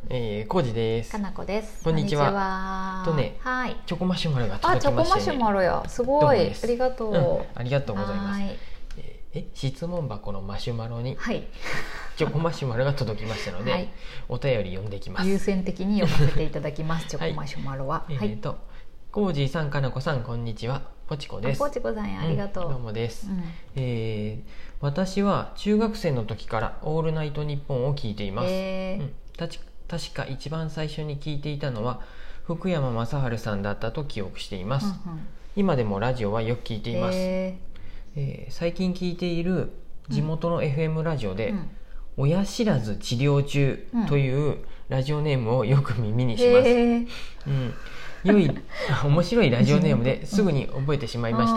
コウジです。 かなこです。 こんにちは。 とね、 はい、 チョコマシュマロが届きましてね。 チョコマシュマロや、すごい、ありがとう、 ありがとうございます。質問箱のマシュマロに、チョコマシュマロが届きましたので、お便り読んでいきます。 優先的に読ませていただきます。チョコマシュマロは。 コウジさん、かなこさん、こんにちは。ポチコです。 ポチコさんや、ありがとう。 どうもです。私は中学生の時からオールナイトニッポンを聞いています。確か一番最初に聞いていたのは福山雅治さんだったと記憶しています。今でもラジオはよく聞いています。最近聞いている地元の FM ラジオで、親知らず治療中というラジオネームをよく耳にします。面白いラジオネームですぐに覚えてしまいました。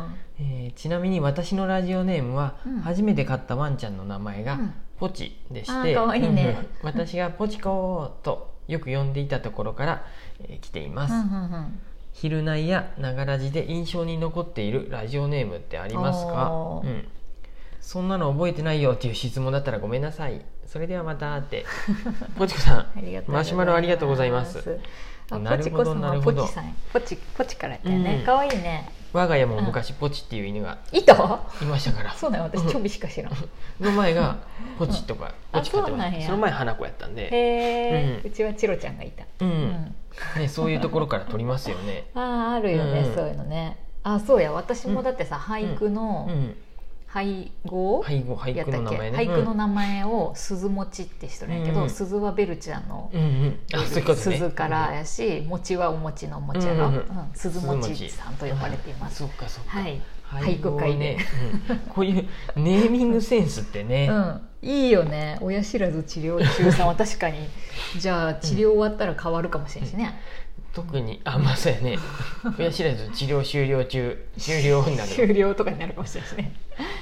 ちなみに私のラジオネームは初めて飼ったワンちゃんの名前がポチでして、私がポチコとよく呼んでいたところから、来ています。昼内やながらじで印象に残っているラジオネームってありますか？そんなの覚えてないよっていう質問だったらごめんなさい。それではまたってポチコさんマシュマロありがとうございます。 ポチコさんはポチさん、ポチからやったよね。かわいいね。 我が家も昔ポチっていう犬がいましたから。 そうだよ、私チョビしか知らん。 の前がポチとかポチ飼ってました。その前花子やったんで。 うちはチロちゃんがいた。 そういうところから取りますよね。 あるよね、そういうのね。そうや、私もだってさ、俳句の俳句の名前を鈴餅って人なんやけど、鈴はベルちゃんの鈴からやし、餅はお餅の餅やろ。鈴餅さんと呼ばれています。俳句会でこういうネーミングセンスってね、 いいよね。親知らず治療中さんは確かにじゃあ治療終わったら変わるかもしれないしね。 特にそうやね。親知らず治療終了中、終了になる、 終了とかになるかもしれないしね。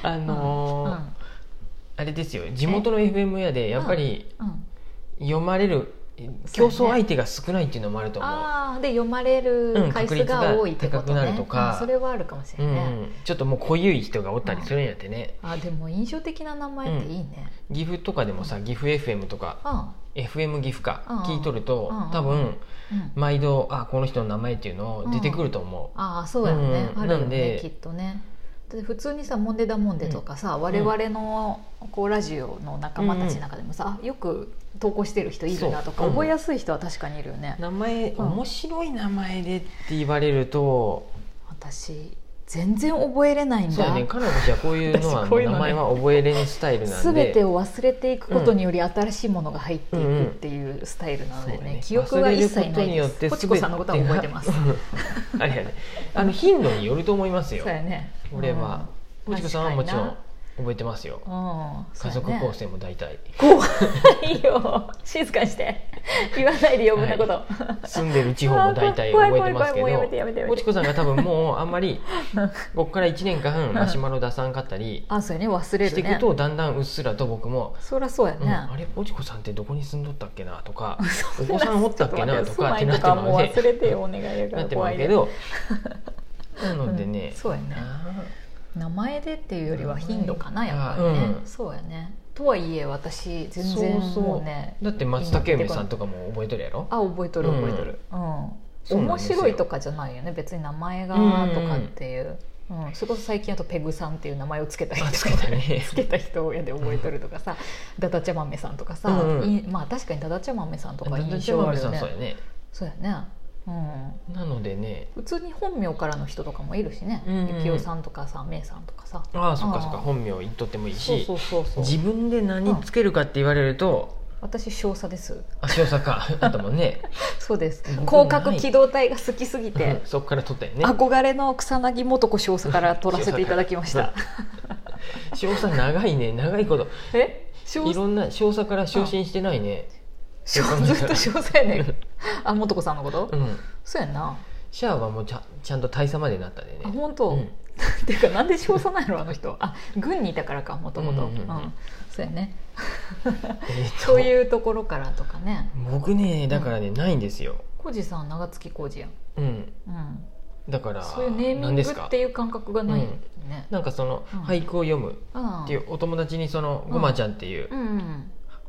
あれですよ、地元の FM やでやっぱり読まれる競争相手が少ないっていうのもあると思う。 で読まれる回数が多いってことね。 高くなるとか、 それはあるかもしれないね。 ちょっともう濃ゆい人がおったりするんやってね。 でも印象的な名前っていいね。 岐阜とかでもさ、岐阜 FM とか FM 岐阜か聞いとると多分毎度この人の名前っていうの出てくると思う。 そうやね、あるよね、きっとね。普通にさ、モンデダモンデとかさ、我々のこうラジオの仲間たちの中でもさ、よく投稿してる人いるなとか、覚えやすい人は確かにいるよね。 名前、面白い名前でって言われると私全然覚えれないんだ。 そうだね、彼女たちはこういうのは名前は覚えれんスタイルなんで、 全てを忘れていくことにより新しいものが入っていくっていうスタイルなのでね、記憶が一切ないです。ポチコさんのことは覚えてます。 あれやね、頻度によると思いますよ。 そうやね。 俺はポチコさんはもちろん覚えてますよ。家族構成も大体。 怖いよ、静かにして言わないで、余分なこと。 住んでる地方も大体覚えてますけど、ポチコさんが多分もうあんまりこっから1年間マシュマロ出さんかったりしていくと、だんだんうっすらと僕もそりゃそうやね、 あれポチコさんってどこに住んどったっけなとか、お子さんおったっけなとかってなってまうね。忘れてよ、お願いやから怖いで。 なのでね、 そうやね、名前でっていうよりは頻度かな、やっぱりね。そうやね。とはいえ私全然もうね、 だって松竹梅さんとかも覚えとるやろ。 覚えとる。面白いとかじゃないよね、別に名前がとかっていう。それこそ最近あとペグさんっていう名前をつけた人つけた人やで覚えとるとかさ、ダダチャ豆さんとかさ、確かにダダチャ豆さんとか印象あるよね。そうやね。 なのでね、 普通に本名からの人とかもいるしね、ゆきおさんとかさ、めいさんとかさ。 そっか本名言っとってもいいし、自分で何つけるかって言われると、 私少佐です。 少佐かあったもんね。 そうです。広角機動隊が好きすぎて、 そっから取ったよね。 憧れの草薙素子少佐から取らせていただきました。 少佐長いね、長いこと。いろんな少佐から昇進してないね。 ずっと少佐やね。素子さんのこと？そうやな。 シャアはもうちゃんと大佐までなったでね。 本当。っていうか、なんで少佐なんやろあの人。軍にいたからか、もともと。そうやね。そういうところからとかね。 僕ね、だからね、ないんですよ。 浩二さん長月浩二やん。だからそういうネーミングっていう感覚がないね。 なんかその俳句を読むっていうお友達に、そのごまちゃんっていう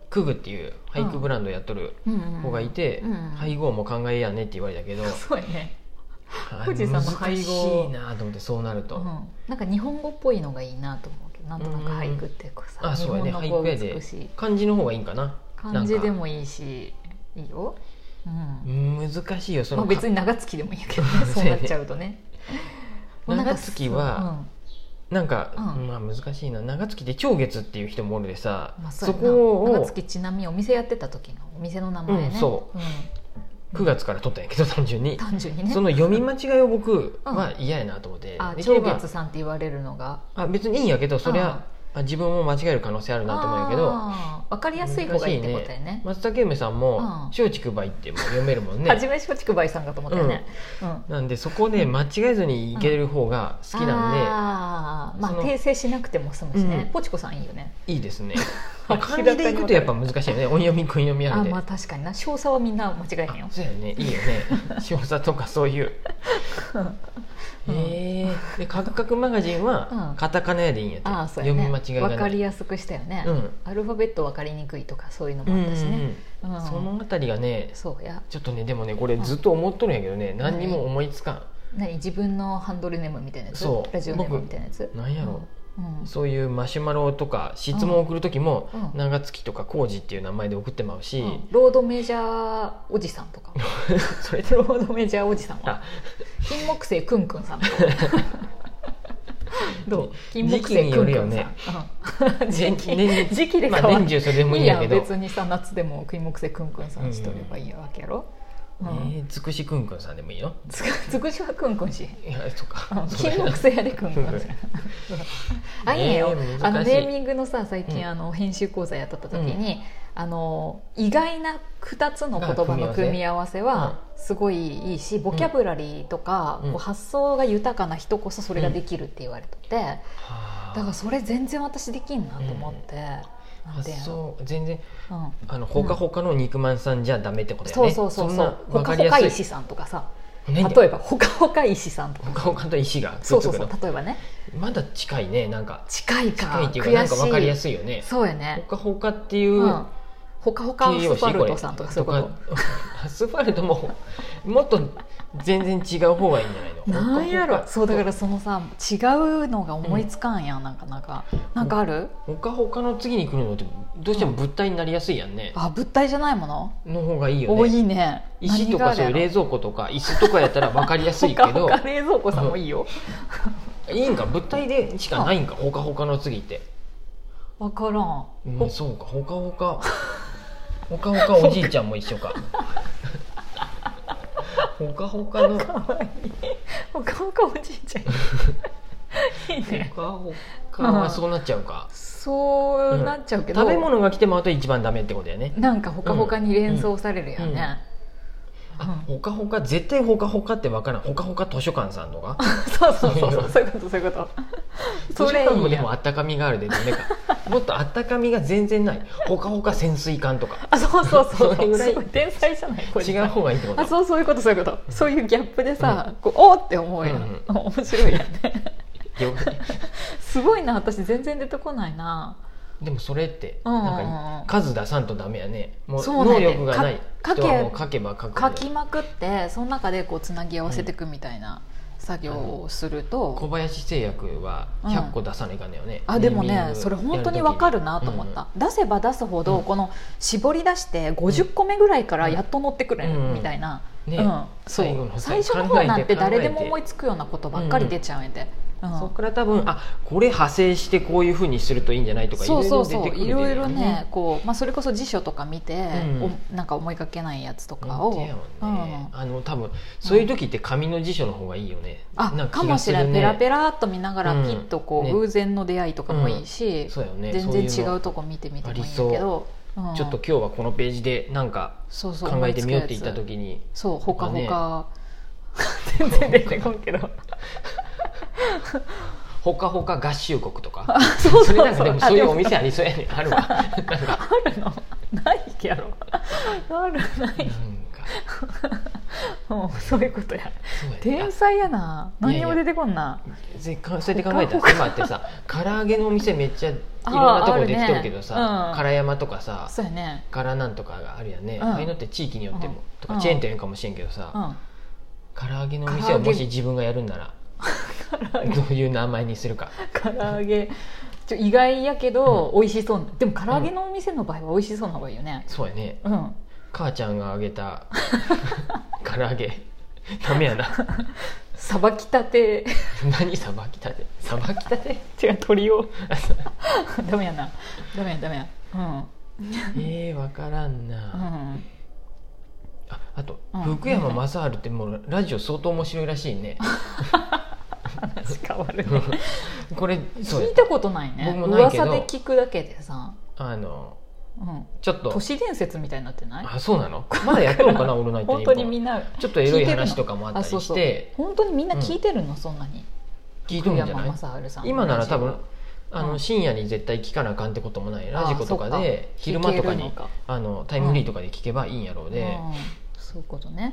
クグっていう俳句ブランドやっとる子がいて、配合も考えやねって言われたけど、 そうやね、富士山の配合難しいなと思って、そうなると、 なんか日本語っぽいのがいいなと思うけど、なんとなく俳句ってこうさ、 そうやね、 日本のこう俳句やで美しい漢字の方がいいんかな。 漢字でもいいし、いいよ、 難しいよその、 別に長月でもいいけどねそうなっちゃうとね。 長月はなんか、難しいな。長月で長月っていう人もおるでさ、そこを長月ちなみにお店やってた時のお店の名前ね、 そう、9月から取ったんやけど、単純にね、 その読み間違いを僕は嫌やなと思って、 長月さんって言われるのが別にいいんやけど、そりゃ自分も間違える可能性あるなと思うんやけど、 分かりやすい方がいいってことやね。 松竹梅さんも松竹梅っても読めるもんね。 初め松竹梅さんかと思ったよね、 なんでそこで間違えずにいける方が好きなんで、 訂正しなくても済むしね。ポチコさんいいよね。 いいですね。漢字でいくとやっぱ難しいよね、音読み訓読みあるで。 確かにな、少佐はみんな間違えへんよ。 そうやね、いいよね少佐とかそういうでカクカクマガジンはカタカナやでいいんやって、読み間違いがない、 分かりやすくしたよね、アルファベット分かりにくいとかそういうのもあったしね、 そのあたりがね、 そうや、 ちょっとね、でもねこれずっと思っとるんやけどね、何にも思いつかん。 自分のハンドルネームみたいなやつ、ラジオネームみたいなやつ、 なんやろ、そういうマシュマロとか質問を送る時も、長月とか浩二っていう名前で送ってまうし、 ロードメジャーおじさんとかそれでロードメジャーおじさんは金木犀くんくんさんとかどう、金木犀くんくんさん、時期で変わる、 年中それでもいいんやけど、 別にさ、夏でも金木犀くんくんさんしとればいいわけやろ。 つくしくんくんさんでもいいよ。 つくしはくんくんし、 いや、そっか、 金木犀やでくんくんさんいいよ。ネーミングのさ、最近編集講座やっとった時に、意外な2つの言葉の組み合わせはすごいいいし、ボキャブラリーとか発想が豊かな人こそそれができるって言われてて、だからそれ全然私できんなと思って、 発想全然、ほかほかの肉まんさんじゃダメってことだよね。 そうほかほか石さんとかさ、例えばほかほか石さんとか、 ほかほかと石がくっつくの、 例えばね、 まだ近いね、なんか近いっていうか、 なんか分かりやすいよね。 そうやね、 ほかほかっていう、 ほかほかアスファルトさんとかそういうこと。 アスファルトももっと全然違う方がいいんじゃないの。 なんやろ、そうだからそのさ、違うのが思いつかんやん、なんかある？ ほかほかの次に来るのってどうしても物体になりやすいやんね。 物体じゃないものの方がいいよね。 多いね。 石とかそういう冷蔵庫とか椅子とかやったら分かりやすいけどほかほか冷蔵庫さんもいいよいいんか、物体でしかないんか、ほかほかの次って分からん。 そうか、ほかほかほかほかおじいちゃんも一緒かほかほかのかわいい、ほかほかおじいちゃんいいね。 ほかほかはそうなっちゃうか、 そうなっちゃうけど、 食べ物が来てもあと一番ダメってことだよね。 なんかほかほかに連想されるよね。 ほかほか、絶対ほかほかって分からん。ほかほか図書館さんとかそういうこと図書館もでもあったかみがあるでダメかもっとあったかみが全然ない。ほかほか潜水艦とか、 そうれぐらい天才じゃない、これ違う方がいいってこと。 そういうこと、そういうギャップでさ、おーって思うやん、面白いやんねすごいな、私全然出てこないな。 でもそれってなんか数出さんとダメやね。もう能力がない人はもう書けば書く、 書きまくってその中でこうつなぎ合わせていくみたいな作業をすると、 小林製薬は100個出さないかんねよね。 でもね、それ本当に分かるなと思った。出せば出すほどこの絞り出して50個目ぐらいからやっと乗ってくるみたいな、最初の方なんて誰でも思いつくようなことばっかり出ちゃうんで、 そこから多分これ派生してこういうふうにするといいんじゃないとか、いろいろ出てくる。 いろいろね、こうそれこそ辞書とか見て、なんか思いがけないやつとかを、 多分そういう時って紙の辞書の方がいいよね。 かもしれない。ペラペラっと見ながらピッとこう偶然の出会いとかもいいし、全然違うとこ見てみてもいいんだけど、 ちょっと今日はこのページでなんか考えてみようって言った時に、 ほかほか全然出てこんけどほかほか合衆国とか、それなんかでもそういうお店ありそうやね。あるわあるのないやろ、あるないそういうことや。 そうや天才やな。何にも出てこんな。 そうやって考えたら今ってさ唐揚げのお店めっちゃいろんなところできとるけどさ、唐山とかさ、 そうやね、 唐なんとかがあるやんね、ああいうのって地域によっても、とかチェーン店かもしれんけどさ、唐揚げのお店をもし自分がやるんならどういう名前にするか。 唐揚げ意外やけど美味しそう。でも唐揚げのお店の場合は美味しそうな方がいいよね。 そうやね、母ちゃんがあげた唐揚げダメやな。 さばきたて。 何さばきたて、さばきたて違う、鶏をダメやな、ダメや、 分からんな、あと、福山雅治ってもうラジオ相当面白いらしいね。 話変わるね。 これ聞いたことないね。僕もないけど噂で聞くだけでさ、 ちょっと都市伝説みたいになってない？ あ、そうなの？まだやってるのかな、オールナイトニッポン。 本当にみんなちょっとエロい話とかもあったりして、 本当にみんな聞いてるの？そんなに聞いてるんじゃない？今なら多分深夜に絶対聞かなあかんってこともない。ラジコとかで昼間とかにタイムフリーとかで聞けばいいんやろうで、 そういうことね。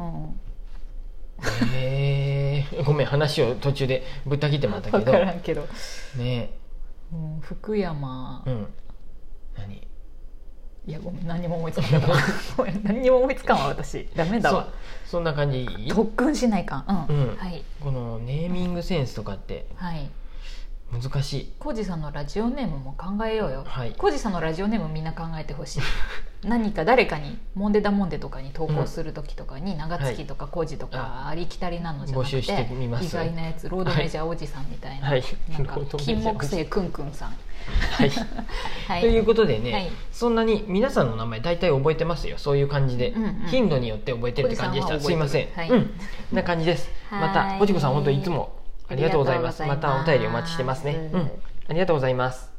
ごめん、話を途中でぶった切ってもらったけど、 分からんけどね、 福山、 何？ いや、ごめん、何にも思いつかんかった何にも思いつかんわ、私。ダメだわ。 そんな感じ。 特訓しないかん。 このネーミングセンスとかって難しい。 浩二さんのラジオネームも考えようよ。浩二さんのラジオネームみんな考えてほしい。何か誰かにモンデダモンデとかに投稿する時とかに、長月とか浩二とかありきたりなのじゃなくて、意外なやつ、ロードメジャーおじさんみたいな、なんか金木犀くんくんさん。 ということでね、そんなに皆さんの名前大体覚えてますよ。そういう感じで、頻度によって覚えてるって感じでした。すいません。な感じです。またポチコさん、本当にいつもありがとうございます。またお便りお待ちしてますね。ありがとうございます。